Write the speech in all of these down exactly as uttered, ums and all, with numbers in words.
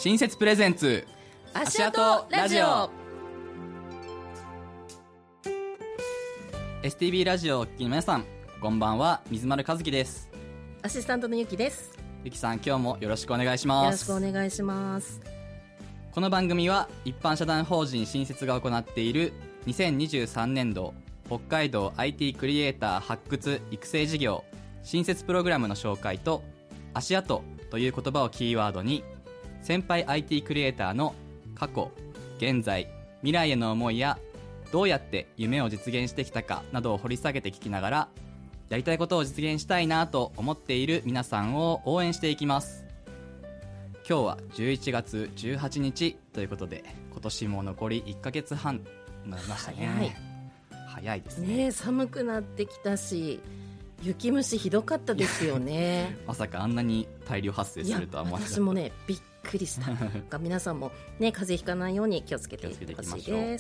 新設プレゼンツ足跡ラジオ。 エスティービー ラジオをお聞きの皆さん、こんばんは。水丸和樹です。 アシスタントのゆきです。 ゆきさん、今日もよろしくお願いします。 よろしくお願いします。 この番組は一般社団法人新設が行っているにせんにじゅうさんねん度北海道 アイティー クリエイター発掘育成事業新設プログラムの紹介と、足跡という言葉をキーワードに、先輩 アイティー クリエイターの過去、現在、未来への思いや、どうやって夢を実現してきたかなどを掘り下げて聞きながら、やりたいことを実現したいなと思っている皆さんを応援していきます。今日はじゅういちがつじゅうはちにちということで、今年も残りいっかげつはんになりましたね。 早い早いです ね, ね。寒くなってきたし、雪虫ひどかったですよねまさかあんなに大量発生するとは思わなかった。 私もね、びっくりした皆さんも、ね、風邪ひかないように気をつけていってほしいです。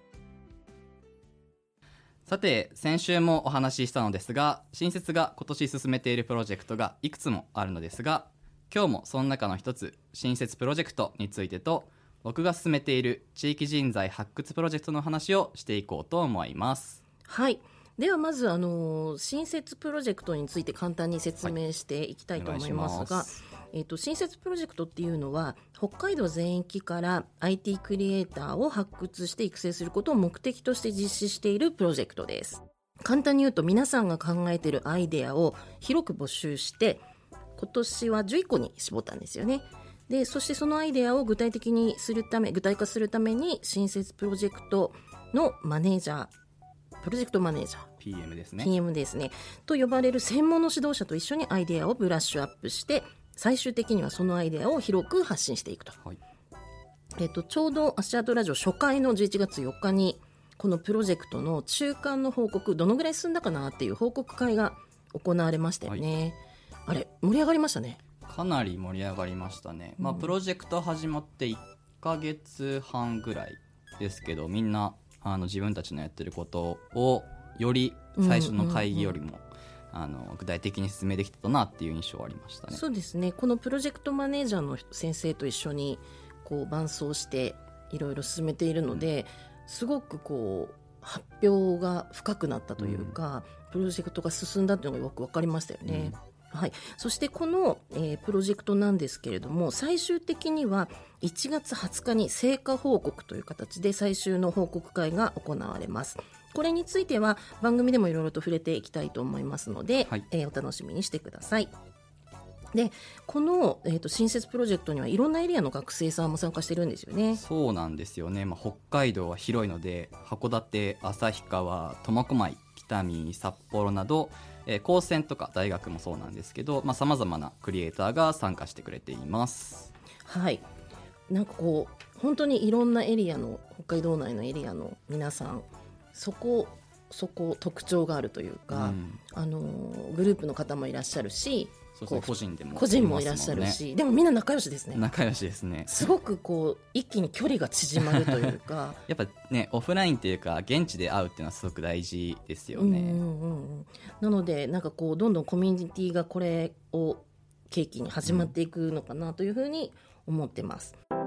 さて、先週もお話ししたのですが、新設が今年進めているプロジェクトがいくつもあるのですが、今日もその中の一つ、新設プロジェクトについてと、僕が進めている地域人材発掘プロジェクトの話をしていこうと思います。 はい。ではまず、あの新設プロジェクトについて簡単に説明していきたいと思いますが、はい、えーと、新設プロジェクトっていうのは北海道全域から アイティー クリエイターを発掘して育成することを目的として実施しているプロジェクトです。簡単に言うと、皆さんが考えているアイデアを広く募集して、今年はじゅういっこに絞ったんですよね。で、そしてそのアイデアを具体的にするため、具体化するために新設プロジェクトのマネージャー、プロジェクトマネージャーピーエム ですねピーエム ですねと呼ばれる専門の指導者と一緒にアイデアをブラッシュアップして、最終的にはそのアイデアを広く発信していくと、はい。えっと、ちょうど足跡ラジオ初回のじゅういちがつよっかにこのプロジェクトの中間の報告、どのぐらい進んだかなっていう報告会が行われましたよね、はい。あれ盛り上がりましたね。 かなり盛り上がりましたね、まあ、プロジェクト始まっていっかげつはんぐらいですけど、みんなあの自分たちのやってることをより最初の会議よりも、うんうんうん、あの具体的に進めてきたなっていう印象はありましたね。 そうですね。このプロジェクトマネージャーの先生と一緒にこう伴走していろいろ進めているので、うん、すごくこう発表が深くなったというか、うん、プロジェクトが進んだというのがよく分かりましたよね、うん。はい、そしてこの、えー、プロジェクトなんですけれども、最終的にはいちがつはつかに成果報告という形で最終の報告会が行われます。これについては番組でもいろいろと触れていきたいと思いますので、はい、えー、お楽しみにしてください。で、この、えーと、新設プロジェクトにはいろんなエリアの学生さんも参加してるんですよね。 そうなんですよね、まあ、北海道は広いので、函館、旭川、苫小牧、北見、札幌など、えー、高専とか大学もそうなんですけど、さまざ、まなクリエイターが参加してくれています。 はい。なんかこう本当にいろんなエリアの、北海道内のエリアの皆さん、そこそこ特徴があるというか、うん、あのグループの方もいらっしゃるし、 そうそう、個人でも個人もいらっしゃるし、でもみんな仲良しですね。 仲良しですね。 すごくこう一気に距離が縮まるというかやっぱね、オフラインっていうか現地で会うっていうのはすごく大事ですよね、 うんうんうん、なのでなんかこうどんどんコミュニティがこれを契機に始まっていくのかなというふうに思ってます、うん。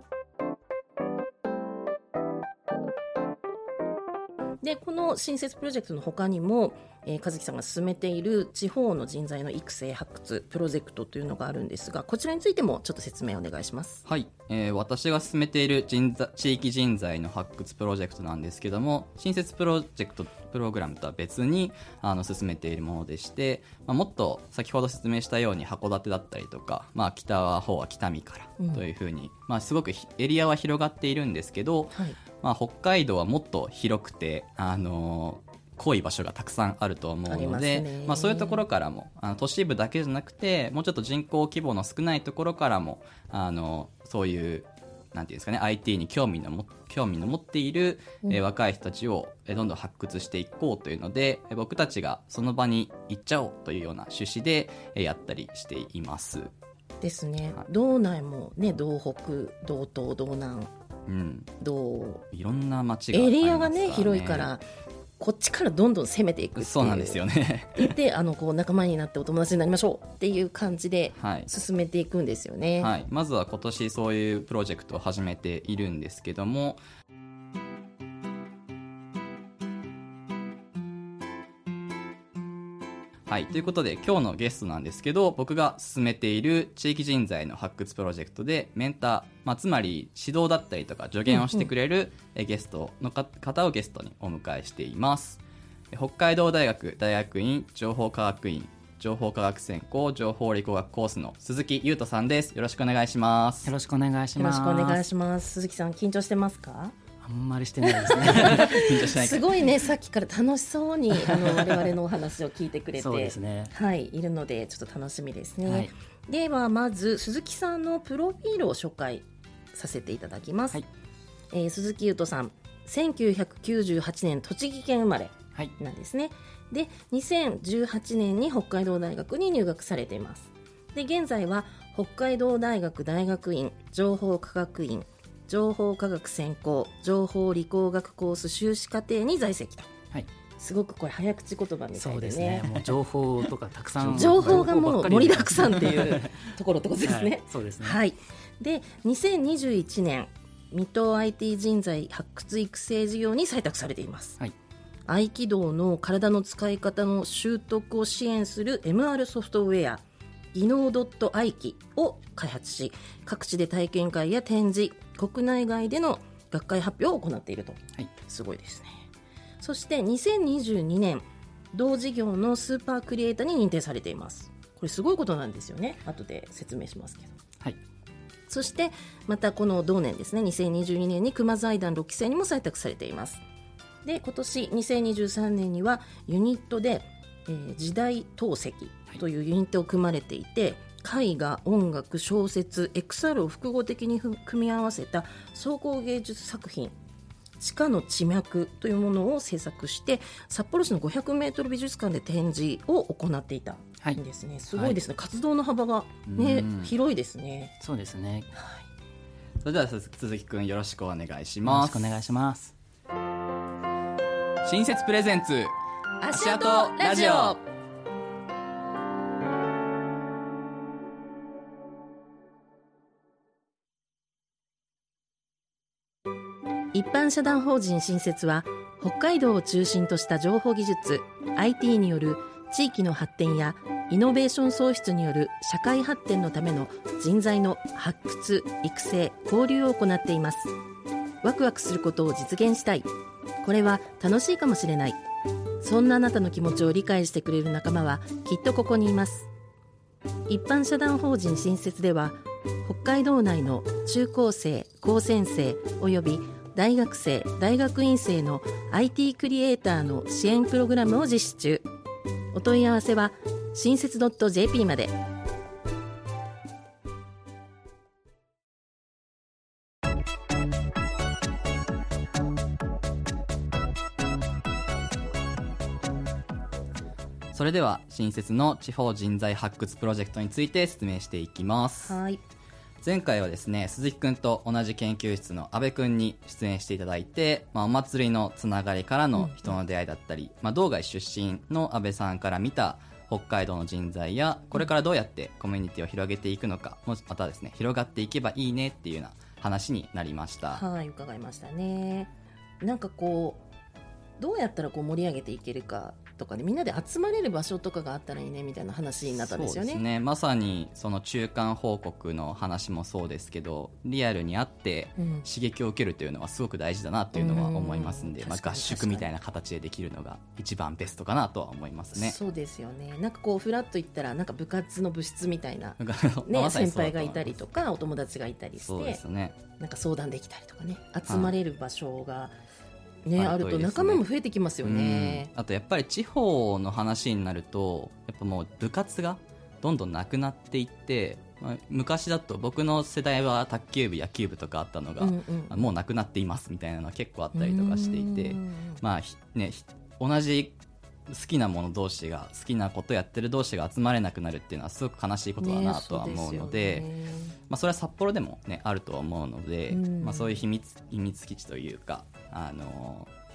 で、この新設プロジェクトの他にも、えー、和樹さんが進めている地方の人材の育成発掘プロジェクトというのがあるんですが、こちらについてもちょっと説明お願いします。 はい、えー、私が進めている人材地域人材の発掘プロジェクトなんですけども、新設プロジェクトプログラムとは別にあの進めているものでして、まあ、もっと先ほど説明したように函館だったりとか、まあ、北の方は北見からというふうに、うん、まあ、すごくエリアは広がっているんですけど、はい、まあ、北海道はもっと広くて、あのー、濃い場所がたくさんあると思うので、ま、まあ、そういうところからも、あの都市部だけじゃなくて、もうちょっと人口規模の少ないところからも、あのそういうなんていうんですかね、アイティー に興味のも興味の持っている、うん、えー、若い人たちを、えー、どんどん発掘していこうというので、えー、僕たちがその場に行っちゃおうというような趣旨で、えー、やったりしていますですね、はい、道内もね、道北、道東、道南、 うん、 道いろんな街がありますからね。 エリアがね広いから、 こっちからどんどん攻めていくっていう。 そうなんですよね言ってあのこう仲間になってお友達になりましょうっていう感じではい進めていくんですよね。 はい、まずは今年そういうプロジェクトを始めているんですけども、はい、ということで今日のゲストなんですけど、僕が進めている地域人材の発掘プロジェクトでメンター、まあ、つまり指導だったりとか助言をしてくれるえゲストのか方をゲストにお迎えしています。北海道大学大学院情報科学院情報科学専攻情報理工学コースの鈴木優斗さんです。よろしくお願いします。 よろしくお願いしよろます。 しくお願いします。鈴木さん緊張してますか？ あんまりしてないですね緊張しないかすごいね、さっきから楽しそうにあの我々のお話を聞いてくれてそうですね、 はい、いるのでちょっと楽しみですね、 はい、 ではまず鈴木さんのプロフィールを紹介させていただきます、 はい、 えー、鈴木優斗さんせんきゅうひゃくきゅうじゅうはちねん栃木県生まれなんですね、はい、でにせんじゅうはちねんに北海道大学に入学されています。で現在は北海道大学大学院情報科学院情報科学専攻情報理工学コース修士課程に在籍と、はい、すごくこれ早口言葉みたいでね。 そうですね、もう情報とかたくさん情報がもう盛りだくさんっていうところってことですね、 はい、そうですね、 はい、でにせんにじゅういちねん水戸 アイティー 人材発掘育成事業に採択されています、はい、合気道の体の使い方の習得を支援する エムアール ソフトウェア技能 .合気を開発し、各地で体験会や展示、国内外での学会発表を行っていると、はい、すごいですね。そしてにせんにじゅうにねん同事業のスーパークリエイターに認定されています。これすごいことなんですよね。後で説明しますけど、はい、そしてまたこの同年ですねにせんにじゅうにねんに熊財団ろっきせいにも採択されています。で今年にせんにじゅうさんねんにはユニットで、えー、時代透析というユニットを組まれていて、絵画、音楽、小説、エクスアールを複合的に組み合わせた総合芸術作品地下の地脈というものを制作して札幌市のごひゃくメートル美術館で展示を行っていたんですね、はい、すごいですね、はい、活動の幅が、ね、広いですね。 そうですね、 はい、それでは鈴木くんよろしくお願いします。 よろしくお願いします。 新設プレゼンツ足跡ラジオ。一般社団法人新設は北海道を中心とした情報技術 アイティー による地域の発展やイノベーション創出による社会発展のための人材の発掘、育成、交流を行っています。ワクワクすることを実現したい、これは楽しいかもしれない、そんなあなたの気持ちを理解してくれる仲間はきっとここにいます。一般社団法人新設では北海道内の中高生、高専生および大学生、大学院生の アイティー クリエイターの支援プログラムを実施中。お問い合わせは新設 .jp まで。 それでは新設の地方人材発掘プロジェクトについて説明していきます。 はい、 前回はですね鈴木くんと同じ研究室の阿部くんに出演していただいて、まあ、お祭りのつながりからの人の出会いだったり、うんうん、まあ、道外出身の阿部さんから見た北海道の人材やこれからどうやってコミュニティを広げていくのか、またですね広がっていけばいいねっていうような話になりました。 はい、伺いましたね。なんかこうどうやったらこう盛り上げていけるかとかで、みんなで集まれる場所とかがあったらいいねみたいな話になったんですよね。 そうですね、まさにその中間報告の話もそうですけど、リアルに会って刺激を受けるというのはすごく大事だなというのは思いますんで、まあ、合宿みたいな形でできるのが一番ベストかなとは思いますね。 そうですよね。なんかこうフラッと行ったらなんか部活の部室みたいな、ね、先輩がいたりとかお友達がいたりして、そうですね、なんか相談できたりとかね、集まれる場所がね、あると仲間も増えてきますよね。 あとやっぱり地方の話になるとやっぱもう部活がどんどんなくなっていって、まあ、昔だと僕の世代は卓球部野球部とかあったのが、うんうん、もうなくなっていますみたいなのは結構あったりとかしていて、まあね、同じ好きなもの同士が好きなことやってる同士が集まれなくなるっていうのはすごく悲しいことだなとは思うので、ね、まあ、それは札幌でも、ね、あるとは思うので、うん、まあ、そういう秘密、秘密基地というか、あの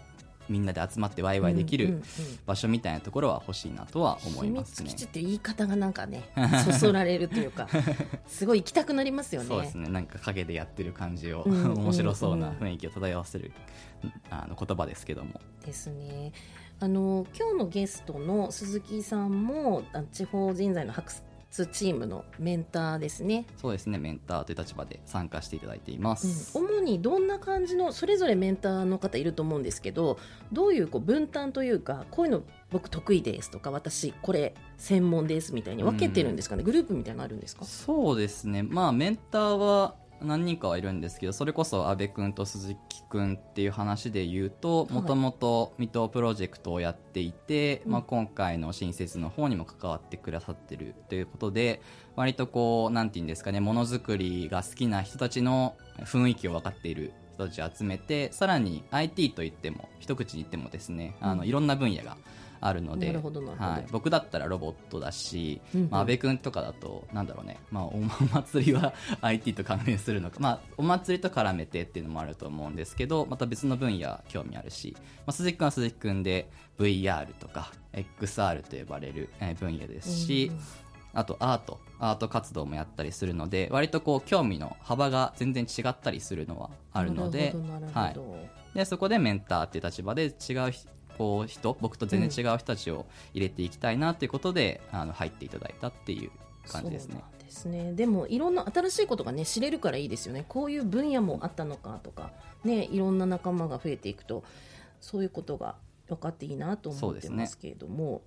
みんなで集まってワイワイできるうんうんうん場所みたいなところは欲しいなとは思いますね。 秘密基地って言い方がなんかねそそられるというかすごい行きたくなりますよね。 そうですね、なんか陰でやってる感じを、 うんうんうん面白そうな雰囲気を漂わせるあの言葉ですけども。 ですね。あの今日のゲストの鈴木さんもあ地方人材の発掘チームのメンターですね。 そうですね、メンターという立場で参加していただいていまうんす。 主にどんな感じのそれぞれメンターの方いると思うんですけど、どういうこう分担というか、こういうの僕得意ですとか私これ専門ですみたいに分けてるんですかね、グループみたいなのあるんですか？ そうですね、まあメンターは何人かはいるんですけど、それこそ阿部君と鈴木君っていう話で言うと、もともと水戸プロジェクトをやっていて、まあ、今回の新設の方にも関わってくださってるということで、割とこうなんていうんですかね、ものづくりが好きな人たちの雰囲気を分かっている人たちを集めて、さらに アイティー といっても一口に言ってもですね、あのいろんな分野があるので、 なるほどなるほど、 はい、僕だったらロボットだし、 うんうんまあ、安倍君とかだとなんだろうね、まあ、お祭りは アイティー と関連するのか、まあ、お祭りと絡めてっていうのもあると思うんですけど、また別の分野興味あるし、まあ、鈴木君は鈴木君で ブイアール とか エックスアール と呼ばれるえー分野ですし、 うんうんあとアートアート活動もやったりするので、割とこう興味の幅が全然違ったりするのはあるので、 なるほどなるほど、 はい、でそこでメンターっていう立場で違う人こう人僕と全然違う人たちを入れていきたいなということで、うん、あの入っていただいたっていう感じですね。 そうなんですね。でもいろんな新しいことがね知れるからいいですよね。こういう分野もあったのかとかね、いろんな仲間が増えていくとそういうことが分かっていいなと思ってますけれども、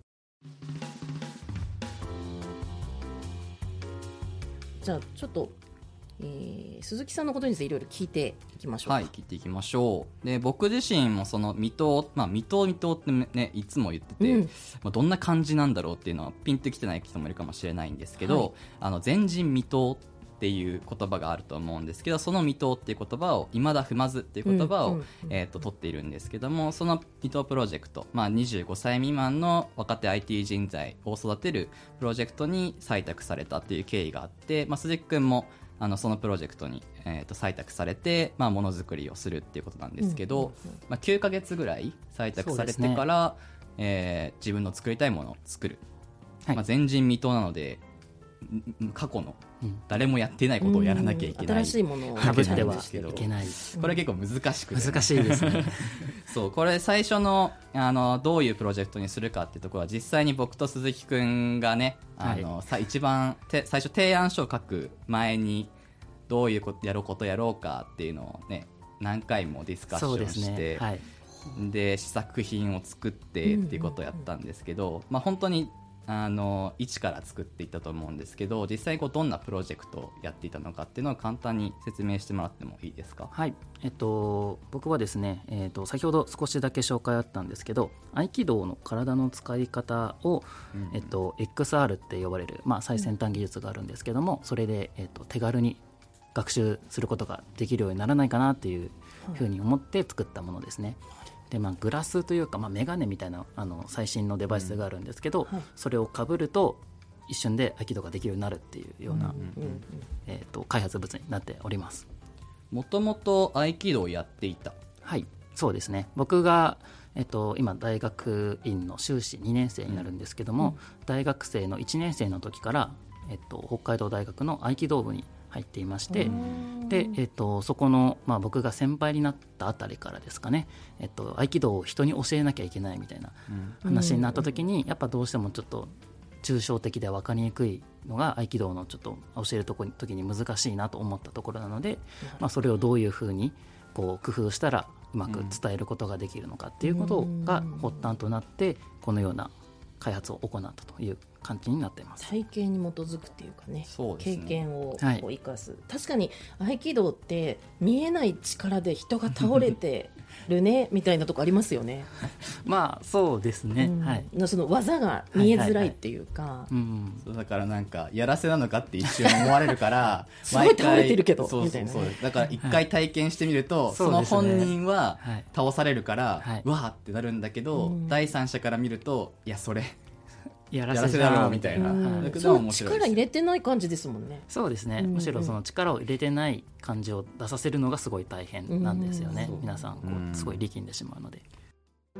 じゃあちょっと、えー、鈴木さんのことについていろいろ聞いていきましょうか。 はい、聞いていきましょう。で僕自身もその水戸、まあ、水戸水戸ってねいつも言ってて、 うんまあ、どんな感じなんだろうっていうのはピンときてない人もいるかもしれないんですけど、 はい、 あの前人未到っていう言葉があると思うんですけど、その水戸っていう言葉を未だ踏まずっていう言葉を、 うんうんうんえー、と取っているんですけども、その水戸プロジェクト、まあ、にじゅうごさい未満の若手 アイティー 人材を育てるプロジェクトに採択されたっていう経緯があって、まあ、鈴木くんもあのそのプロジェクトに、えー、と採択されて、まあ、ものづくりをするっていうことなんですけど、 うんうんうんまあ、きゅうかげつぐらい採択されてから、えー自分の作りたいものを作る、 はいまあ、前人未到なのでん過去のうん誰もやっていないことをやらなきゃいけない、 新しいものをかぶってなんはいですけどけない、 これ結構難しくて、 難しいですねそうこれ最初のあのどういうプロジェクトにするかっていうところは実際に僕と鈴木くんがねあの、さ一番て最初提案書を書く前にどういうことやろうことやろうかっていうのをね何回もディスカッシそうですョンしてね、はい、 で試作品を作ってっていうことをやったんですけど、まあ、本当にあの一から作っていったと思うんですけど、実際こうどんなプロジェクトをやっていたのかっていうのを簡単に説明してもらってもいいですか？ はい、えっと、僕はですね、えっと、先ほど少しだけ紹介あったんですけど、合気道の体の使い方を、 うんえっと、エックスアール って呼ばれる、まあ、最先端技術があるんですけども、それで、えっと、手軽に学習することができるようにならないかなっていうふうに思って作ったものですね。でまあ、グラスというか、まあ、メガネみたいなあの最新のデバイスがあるんですけど、 はいそれをかぶると一瞬で合気道ができるようになるっていうような、 うんうんえー、と開発物になっております。 もともと合気道をやっていた。 はいそうですね、僕が、えっと、今大学院の修士にねん生になるんですけども、 うん大学生のいちねん生の時から、えっと、北海道大学の合気道部に入っていまして、で、えっと、そこの、まあ、僕が先輩になったあたりからですかね、えっと、合気道を人に教えなきゃいけないみたいな話になった時に、やっぱどうしてもちょっと抽象的で分かりにくいのが合気道のちょっと教えるとこ時に難しいなと思ったところなので、まあ、それをどういうふうにこう工夫したらうまく伝えることができるのかっていうことが発端となってこのような開発を行ったという感じになっています。 体験に基づくっていうかね、 そうですね経験をこはいう生かす、確かに合気道って見えない力で人が倒れてるねみたいなとこありますよね。 まあそうですね、 うんはい、 その技が見えづらいっていうか、 うんそうだからなんかやらせなのかって一瞬思われるからすごい倒れてるけどそうそうみたいなそうだから一回体験してみると、 はいそのそうですね本人ははい倒されるから、 はい、 わーってなるんだけど、 うん第三者から見るといやそれややらせだろうみたいな、 うんだからそう面白いです力入れてない感じですもんね。 そうですね、 うんむしろその力を入れてない感じを出させるのがすごい大変なんですよね、 うん皆さんこうんうすごい力んでしまうので、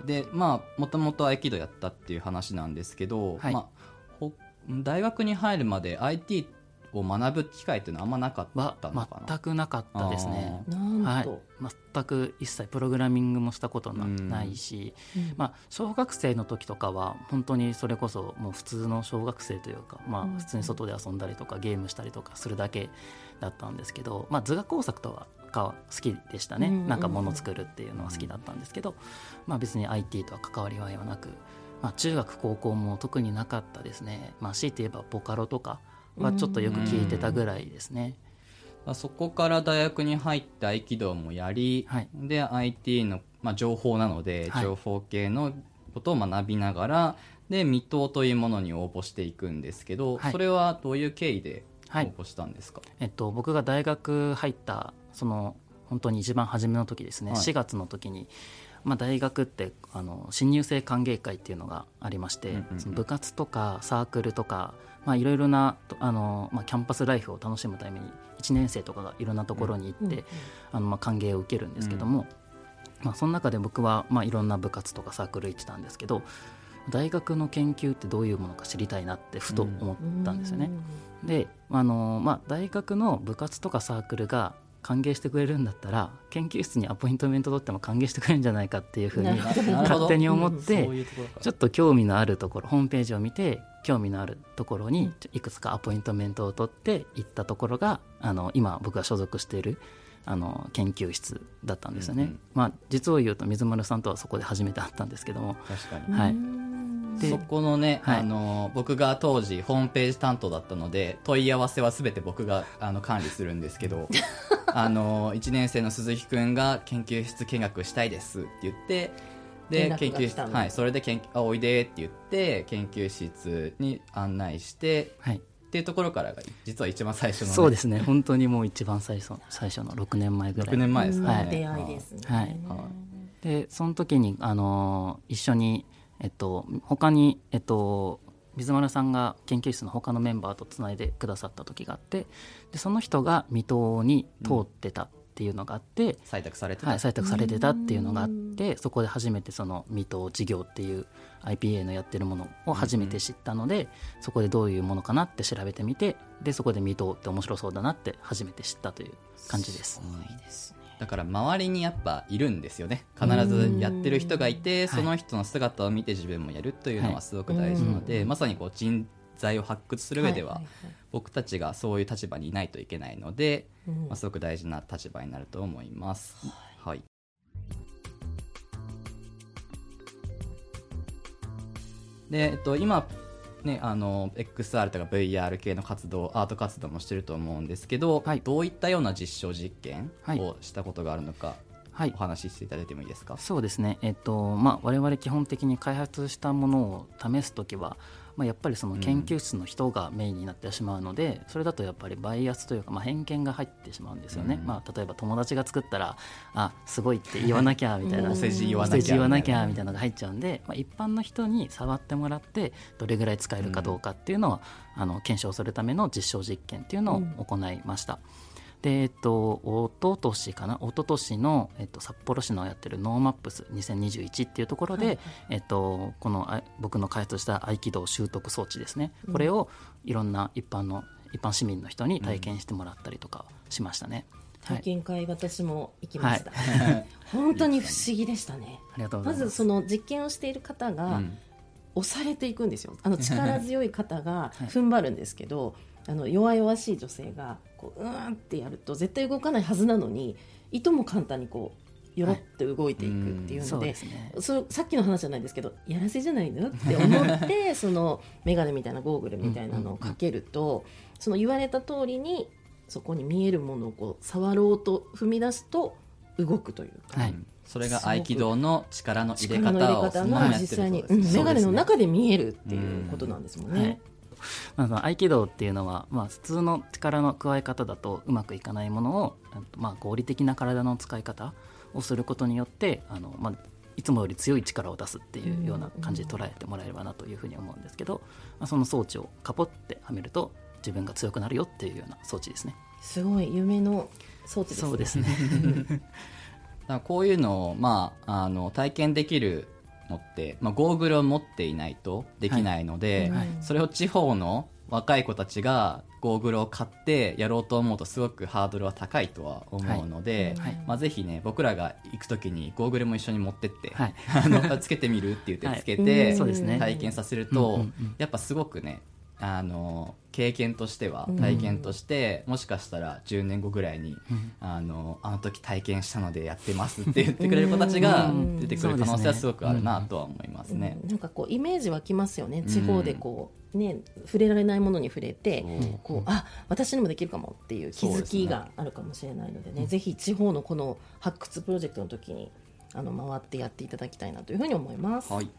でまあもともと合気道やったっていう話なんですけど、 はいまあ、ほ大学に入るまで アイティー を学ぶ機会っていうのはあんまなかったのかな。 全くなかったですね。 なんと、 はい、全く一切プログラミングもしたこと な,、 うんないし、 うんまあ、小学生の時とかは本当にそれこそもう普通の小学生というか、まあ、 うん普通に外で遊んだりとかゲームしたりとかするだけだったんですけど、まあ、図画工作とは好きでしたね、 うんうんうん、 なんか物作るっていうのは好きだったんですけど、まあ、別に アイティー とは関わりはなく、まあ、中学高校も特になかったですね。まあ、強いて言えばボカロとかはちょっとよく聞いてたぐらいですね。 そこから大学に入って合気道もやり、 はい、 で アイティー の、まあ、情報なので、 はい、 情報系のことを学びながらで未踏というものに応募していくんですけど、 はい、 それはどういう経緯で応はい募したんですか？ えっと、僕が大学入ったその本当に一番初めの時ですね、 はい、 しがつの時に、まあ、大学ってあの新入生歓迎会っていうのがありまして、 うんうんうん、 その部活とかサークルとか、まあ、いろいろなあの、まあ、キャンパスライフを楽しむためにいちねん生とかがいろんなところに行って、 うんうんうん、 あのまあ歓迎を受けるんですけども、うん、まあ、その中で僕はまあいろんな部活とかサークル行ってたんですけど、大学の研究ってどういうものか知りたいなってふと思ったんですよね。うん、であの、まあ、大学の部活とかサークルが歓迎してくれるんだったら研究室にアポイントメント取っても歓迎してくれるんじゃないかっていうふうに勝手に思って、うん、ちょっと興味のあるところ、ホームページを見て興味のあるところにいくつかアポイントメントを取って行ったところがあの今僕が所属しているあの研究室だったんですよね。うんうん、まあ、実を言うと水丸さんとはそこで初めて会ったんですけども、 確かに、 はい、 そこのね、 はい、 あの僕が当時ホームページ担当だったので問い合わせは全て僕があの管理するんですけどあのいちねん生の鈴木くんが研究室見学したいですって言ってで研究室、はい、それで研あおいでって言って研究室に案内して、はい、っていうところからが実は一番最初の、ね、 そうですね、本当にもう一番最初最初のろくねんまえぐらい、 ろくねんまえですね、 はい、出会いですね、 はいはい、でその時にあの一緒にえっと、他に、えっと、水丸さんが研究室の他のメンバーとつないでくださった時があって、でその人が水戸に通ってたっていうのがあって、うん、 採択されてた、 はい、採択されてたっていうのがあって、そこで初めてその水戸事業っていう アイピーエー のやってるものを初めて知ったので、うん、そこでどういうものかなって調べてみて、でそこで水戸って面白そうだなって初めて知ったという感じです。 すごいですね。 だから周りにやっぱいるんですよね。必ずやってる人がいて、その人の姿を見て自分もやるというのはすごく大事なので、はい、まさにこう人材を発掘する上では、はいはいはい、僕たちがそういう立場にいないといけないので、うん、まあ、すごく大事な立場になると思います、はい、で、えっと、今ね、あの エックスアール とか ブイアール 系の活動、アート活動もしてると思うんですけど、はい、どういったような実証実験をしたことがあるのか、はい、お話ししていただいてもいいですか？ そうですね、えっとまあ、我々基本的に開発したものを試すときは、まあ、やっぱりその研究室の人がメインになってしまうので、うん、それだとやっぱりバイアスというか、まあ、偏見が入ってしまうんですよね、うん、まあ、例えば友達が作ったらあすごいって言わなきゃみたいな、 お世辞言わなきゃ言わなきゃみたいなのが入っちゃうんで、まあ、一般の人に触ってもらってどれぐらい使えるかどうかっていうのを、うん、あの検証するための実証実験っていうのを行いました、うん、でえっとおととしかなおととしの、えっと、札幌市のやってるノーマップスにせんにじゅういちっていうところで、はいはい、えっと、このあ僕の開発した合気道習得装置ですね、うん、これをいろんな一般の一般市民の人に体験してもらったりとかしましたね、 うん、体験会、はい、私も行きました、はい、本当に不思議でしたね。 ありがとうございます。 まずその実験をしている方が押されていくんですよ。あの力強い方が踏ん張るんですけど、はい、あの弱々しい女性がこううーんってやると絶対動かないはずなのにいとも簡単にこうよろって動いていくっていうので、はい、そうですね、そさっきの話じゃないですけどやらせじゃないのって思ってそのメガネみたいなゴーグルみたいなのをかけると、うんうんうん、その言われた通りにそこに見えるものをこう触ろうと踏み出すと動くというか、はい、 それが合気道の力の入れ方をそのままやってる実際に、うん、メガネの中で見えるっていうことなんですもんね、 はい、まあ、合気道っていうのは、まあ、普通の力の加え方だとうまくいかないものを、まあ、合理的な体の使い方をすることによってあの、まあ、いつもより強い力を出すっていうような感じで捉えてもらえればなというふうに思うんですけど、まあ、その装置をカポってはめると自分が強くなるよっていうような装置ですね。 すごい夢の装置ですね。 そうですねだからこういうのを、まあ、あの体験できるのって、まあ、ゴーグルを持っていないとできないので、 はいそれを地方の若い子たちがゴーグルを買ってやろうと思うとすごくハードルは高いとは思うので、 はいはいまあ、ぜひね僕らが行くときにゴーグルも一緒に持ってって、 はいあのつけてみるって言ってつけはて、 いそうですね体験させると、 うんうんうんやっぱすごくねあの経験としては体験として、もしかしたらじゅうねんごぐらいに、あのあの時体験したのでやってますって言ってくれる子たちが出てくる可能性はすごくあるなとは思いますね。 うんなんかこうイメージ湧きますよね。地方でこう、ね、触れられないものに触れて、 そうこうあ私にもできるかもっていう気づきがあるかもしれないのでね、ぜひ地方のこの発掘プロジェクトの時にあの回ってやっていただきたいなというふうに思います。 はい。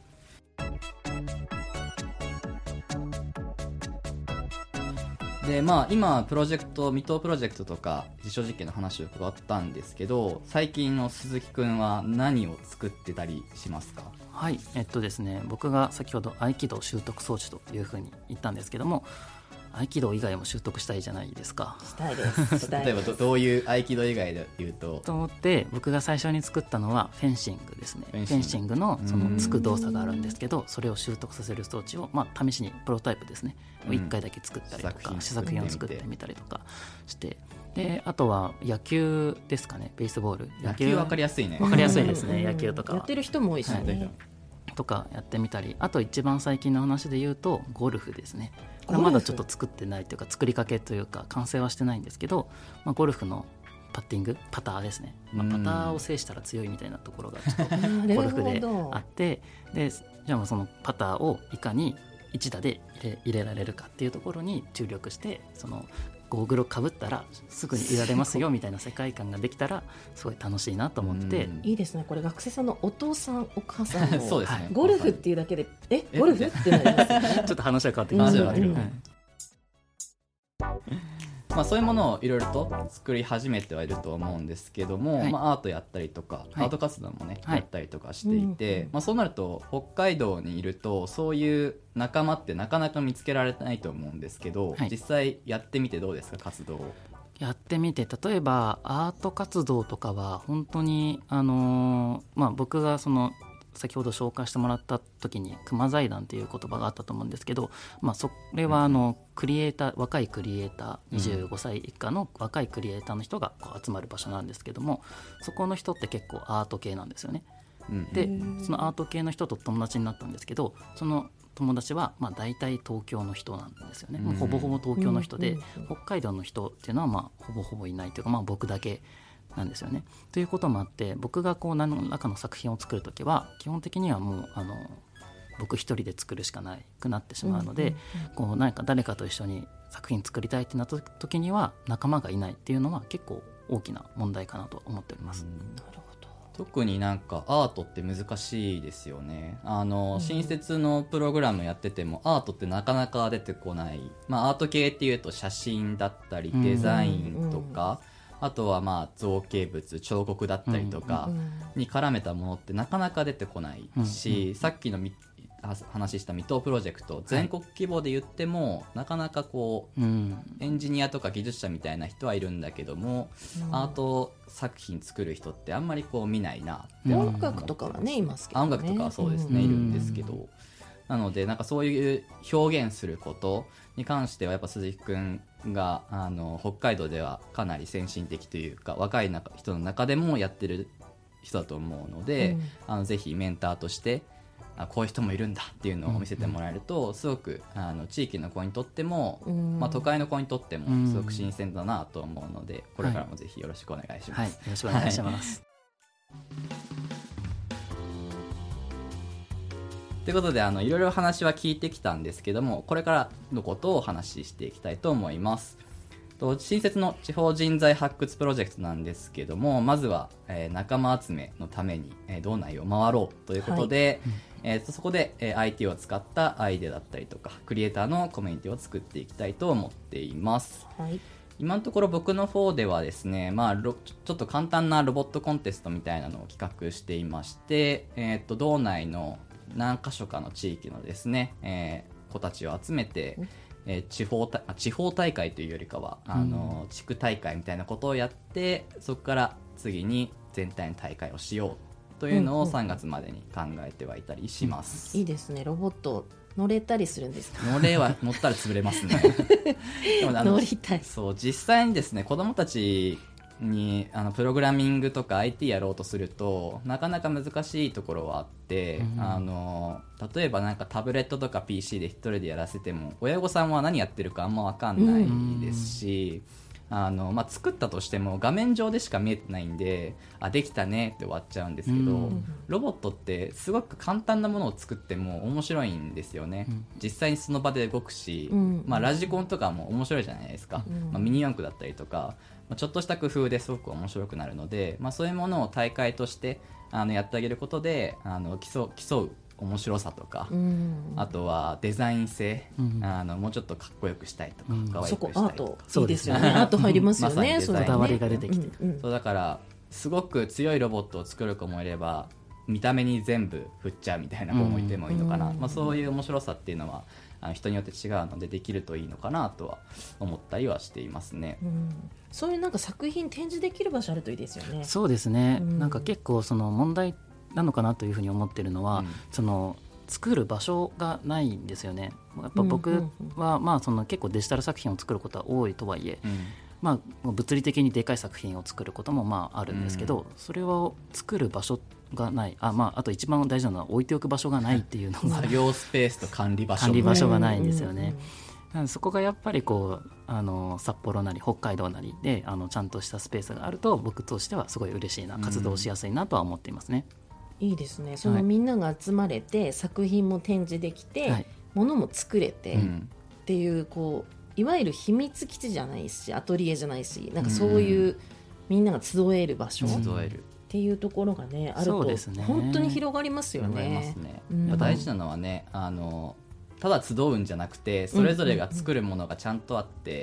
でまあ、今プロジェクト未踏プロジェクトとか実証実験の話を伺ったんですけど、最近の鈴木くんは何を作ってたりしますか？ はいえっとですね僕が先ほど合気道習得装置というふうに言ったんですけども、合気道以外も習得したいじゃないですかしたいですしたい例えば ど, どういう合気道以外で言うとと思って僕が最初に作ったのはフェンシングですね。 フェンシングフェンシングのそのつく動作があるんですけど、それを習得させる装置を、まあ、試しにプロトタイプですねをいっかいだけ作ったりとか、 うん試作品を作ってみたりとかして、であとは野球ですかね。ベースボール野球分かりやすいね。 分かりやすいですね、 うん野球とかはやってる人も多いしね、 はいとかやってみたり、あと一番最近の話で言うとゴルフですね。これゴルフはまだちょっと作ってないというか作りかけというか完成はしてないんですけど、まあ、ゴルフのパッティングパターですね、まあ、パターを制したら強いみたいなところがちょっとゴルフであってでじゃあもうそのパターをいかに一打で入れ、入れられるかっていうところに注力して、そのゴーグルをかぶったらすぐに入れられますよみたいな世界観ができたらすごい楽しいなと思って、 うんいいですね。これ学生さんのお父さんお母さんもそうですね。 ゴルフっていうだけでえゴルフってなりますよねちょっと話は変わってきますよね、 話は変わってくるはいまあ、そういうものをいろいろと作り始めてはいると思うんですけども、 はいまあ、アートやったりとか、 はいアート活動もね、 はいやったりとかしていて、 うんまあ、そうなると北海道にいるとそういう仲間ってなかなか見つけられないと思うんですけど、 はい実際やってみてどうですか、活動を。 やってみて、例えばアート活動とかは本当にあのーまあ、僕がその先ほど紹介してもらった時に熊財団っていう言葉があったと思うんですけど、まあ、それはあのクリエイター若いクリエイターにじゅうごさい以下の若いクリエイターの人がこう集まる場所なんですけども、そこの人って結構アート系なんですよね。 うんでそのアート系の人と友達になったんですけど、その友達はまあ大体東京の人なんですよね、 うんほぼほぼ東京の人で、 うんうん北海道の人っていうのはまあほぼほぼいないというか、まあ、僕だけなんですよね。ということもあって、僕がこう何らかの作品を作るときは基本的にはもうあの僕一人で作るしかなくなってしまうので、こう何か誰かと一緒に作品作りたいってなった時には仲間がいないっていうのは結構大きな問題かなと思っております。 なるほど。 特になんかアートって難しいですよね。あの新設のプログラムやっててもアートってなかなか出てこない、まあ、アート系っていうと写真だったりデザインとか、あとはまあ造形物彫刻だったりとかに絡めたものってなかなか出てこないし、さっきのみ話した未踏プロジェクト全国規模で言っても、なかなかこううんエンジニアとか技術者みたいな人はいるんだけども、アート作品作る人ってあんまりこう見ないなって思う音楽とかはねいますけどね。 音楽とかはそうですね、 うんいるんですけど、なのでなんかそういう表現することに関してはやっぱ鈴木くんがあの北海道ではかなり先進的というか若い中人の中でもやってる人だと思うので、 うんあのぜひメンターとしてあこういう人もいるんだっていうのを見せてもらえると、すごくあの地域の子にとっても、 うんまあ、都会の子にとってもすごく新鮮だなと思うので、これからもぜひよろしくお願いします。 はい、よろしくお願いします。 ということであのいろいろ話は聞いてきたんですけども、これからのことをお話ししていきたいと思います。と新設の地方人材発掘プロジェクトなんですけども、まずは、えー仲間集めのために、えー道内を回ろうということで、えーとそこで、えー アイティー を使ったアイデアだったりとかクリエイターのコミュニティを作っていきたいと思っています。 はい。 今のところ僕の方ではですね、まあ、ロちょっと簡単なロボットコンテストみたいなのを企画していまして、えー、と道内の何か所かの地域のですね、えー子たちを集めて、えー地方た地方大会というよりかはあの、地区大会みたいなことをやって、そこから次に全体の大会をしようっというのをさんがつまでに考えてはいたりします、 いいですね。ロボット乗れたりするんですか？ 乗れは乗ったら潰れますねでもあの乗りたい。 そう実際にですね子どもたちにあのプログラミングとか アイティー やろうとするとなかなか難しいところはあって、うん、あの例えばなんかタブレットとか ピーシー で一人でやらせても親御さんは何やってるかあんま分かんないですし、うんあのまあ、作ったとしても画面上でしか見えてないんであできたねって終わっちゃうんですけど、うん、ロボットってすごく簡単なものを作っても面白いんですよね、うん、実際にその場で動くし、うんまあ、ラジコンとかも面白いじゃないですか、うんまあ、ミニ四駆だったりとかちょっとした工夫ですごく面白くなるので、まあ、そういうものを大会としてあのやってあげることであの競う、競う面白さとか、うん、あとはデザイン性、うん、あのもうちょっとかっこよくしたいとか、うん、かわいくしたいとか、そこアートいいですよね。アート入りますよね。 ま、こだわりが出てきて、 うんうん、そうだからすごく強いロボットを作る子もいれば見た目に全部振っちゃうみたいな子もいてもいいのかな、うんまあ、そういう面白さっていうのはあの人によって違うのでできるといいのかなとは思ったりはしていますね、うん、 そういうなんか作品展示できる場所あるといいですよね。 そうですね、うん、なんか結構その問題なのかなというふうに思っているのは、うん、その作る場所がないんですよね。やっぱ僕はまあその結構デジタル作品を作ることは多いとはいえ、うんまあ、物理的にでかい作品を作ることもまああるんですけど、うん、それを作る場所がない あ,、まあ、あと一番大事なのは置いておく場所がないっていうのが作業スペースと管理場所管理場所がないんですよね、うんうん、そこがやっぱりこうあの札幌なり北海道なりであのちゃんとしたスペースがあると僕としてはすごい嬉しいな活動しやすいなとは思っていますね、 うん、いいですね。そのみんなが集まれて、はい、作品も展示できて、はい、物も作れて、うん、っていうこういわゆる秘密基地じゃないしアトリエじゃないしなんかそういう、うん、みんなが集える場所、うん、集えるっていうところがねあると、ね、本当に広がりますよね。 ますね、うん、大事なのはねあのただ集うんじゃなくてそれぞれが作るものがちゃんとあって、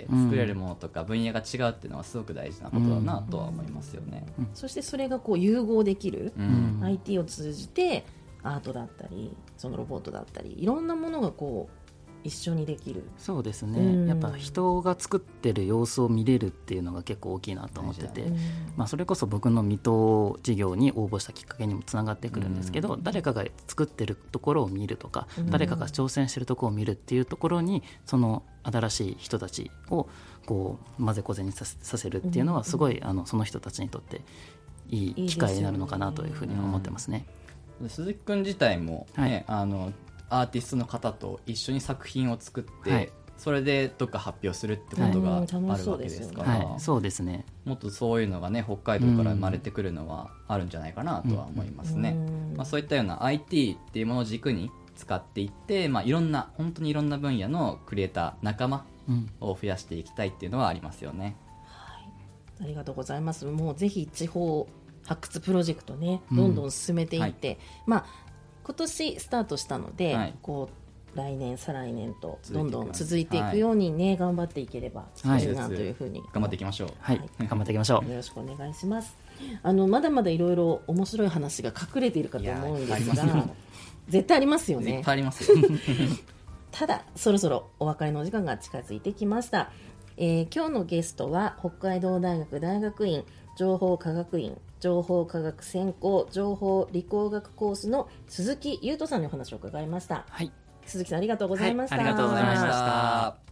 うんうんうん、作れるものとか分野が違うっていうのはすごく大事なことだなとは思いますよね、 うんうん、そしてそれがこう融合できる、うん、アイティー を通じてアートだったりそのロボットだったりいろんなものがこう一緒にできる。 そうですね、うん、やっぱ人が作ってる様子を見れるっていうのが結構大きいなと思ってて、うんまあ、それこそ僕の未踏事業に応募したきっかけにもつながってくるんですけど、うん、誰かが作ってるところを見るとか、うん、誰かが挑戦してるところを見るっていうところにその新しい人たちをこう混ぜこぜに さ, させるっていうのはすごい、うん、あのその人たちにとっていい機会になるのかなというふうに思ってますね。 うん、鈴木くん自体も、ねはい、あのアーティストの方と一緒に作品を作って、はい、それでどっか発表するってことがあるわけですから、 はいはい、そうですね、 もっとそういうのがね北海道から生まれてくるのはあるんじゃないかなとは思いますね、まあ、そういったような アイティー っていうものを軸に使っていって、まあ、いろんな本当にいろんな分野のクリエイター仲間を増やしていきたいっていうのはありますよね、 うん、はい、ありがとうございます。もうぜひ地方発掘プロジェクトねどんどん進めていって、うんはい、まあ今年スタートしたので、はい、こう来年再来年とどんどん続いていくようにね、はい、頑張っていければいいなというふうに、 頑張っていきましょう。 はい、はい、頑張っていきましょう。 よろしくお願いします。あのまだまだいろいろ面白い話が隠れているかと思うんですが絶対ありますよね。 絶対ありますよただそろそろお別れのお時間が近づいてきました、えー、今日のゲストは北海道大学大学院情報科学院情報科学専攻情報理工学コースの鈴木優斗さんにお話を伺いました、 はい、 鈴木さんありがとうございました、 はい、ありがとうございました。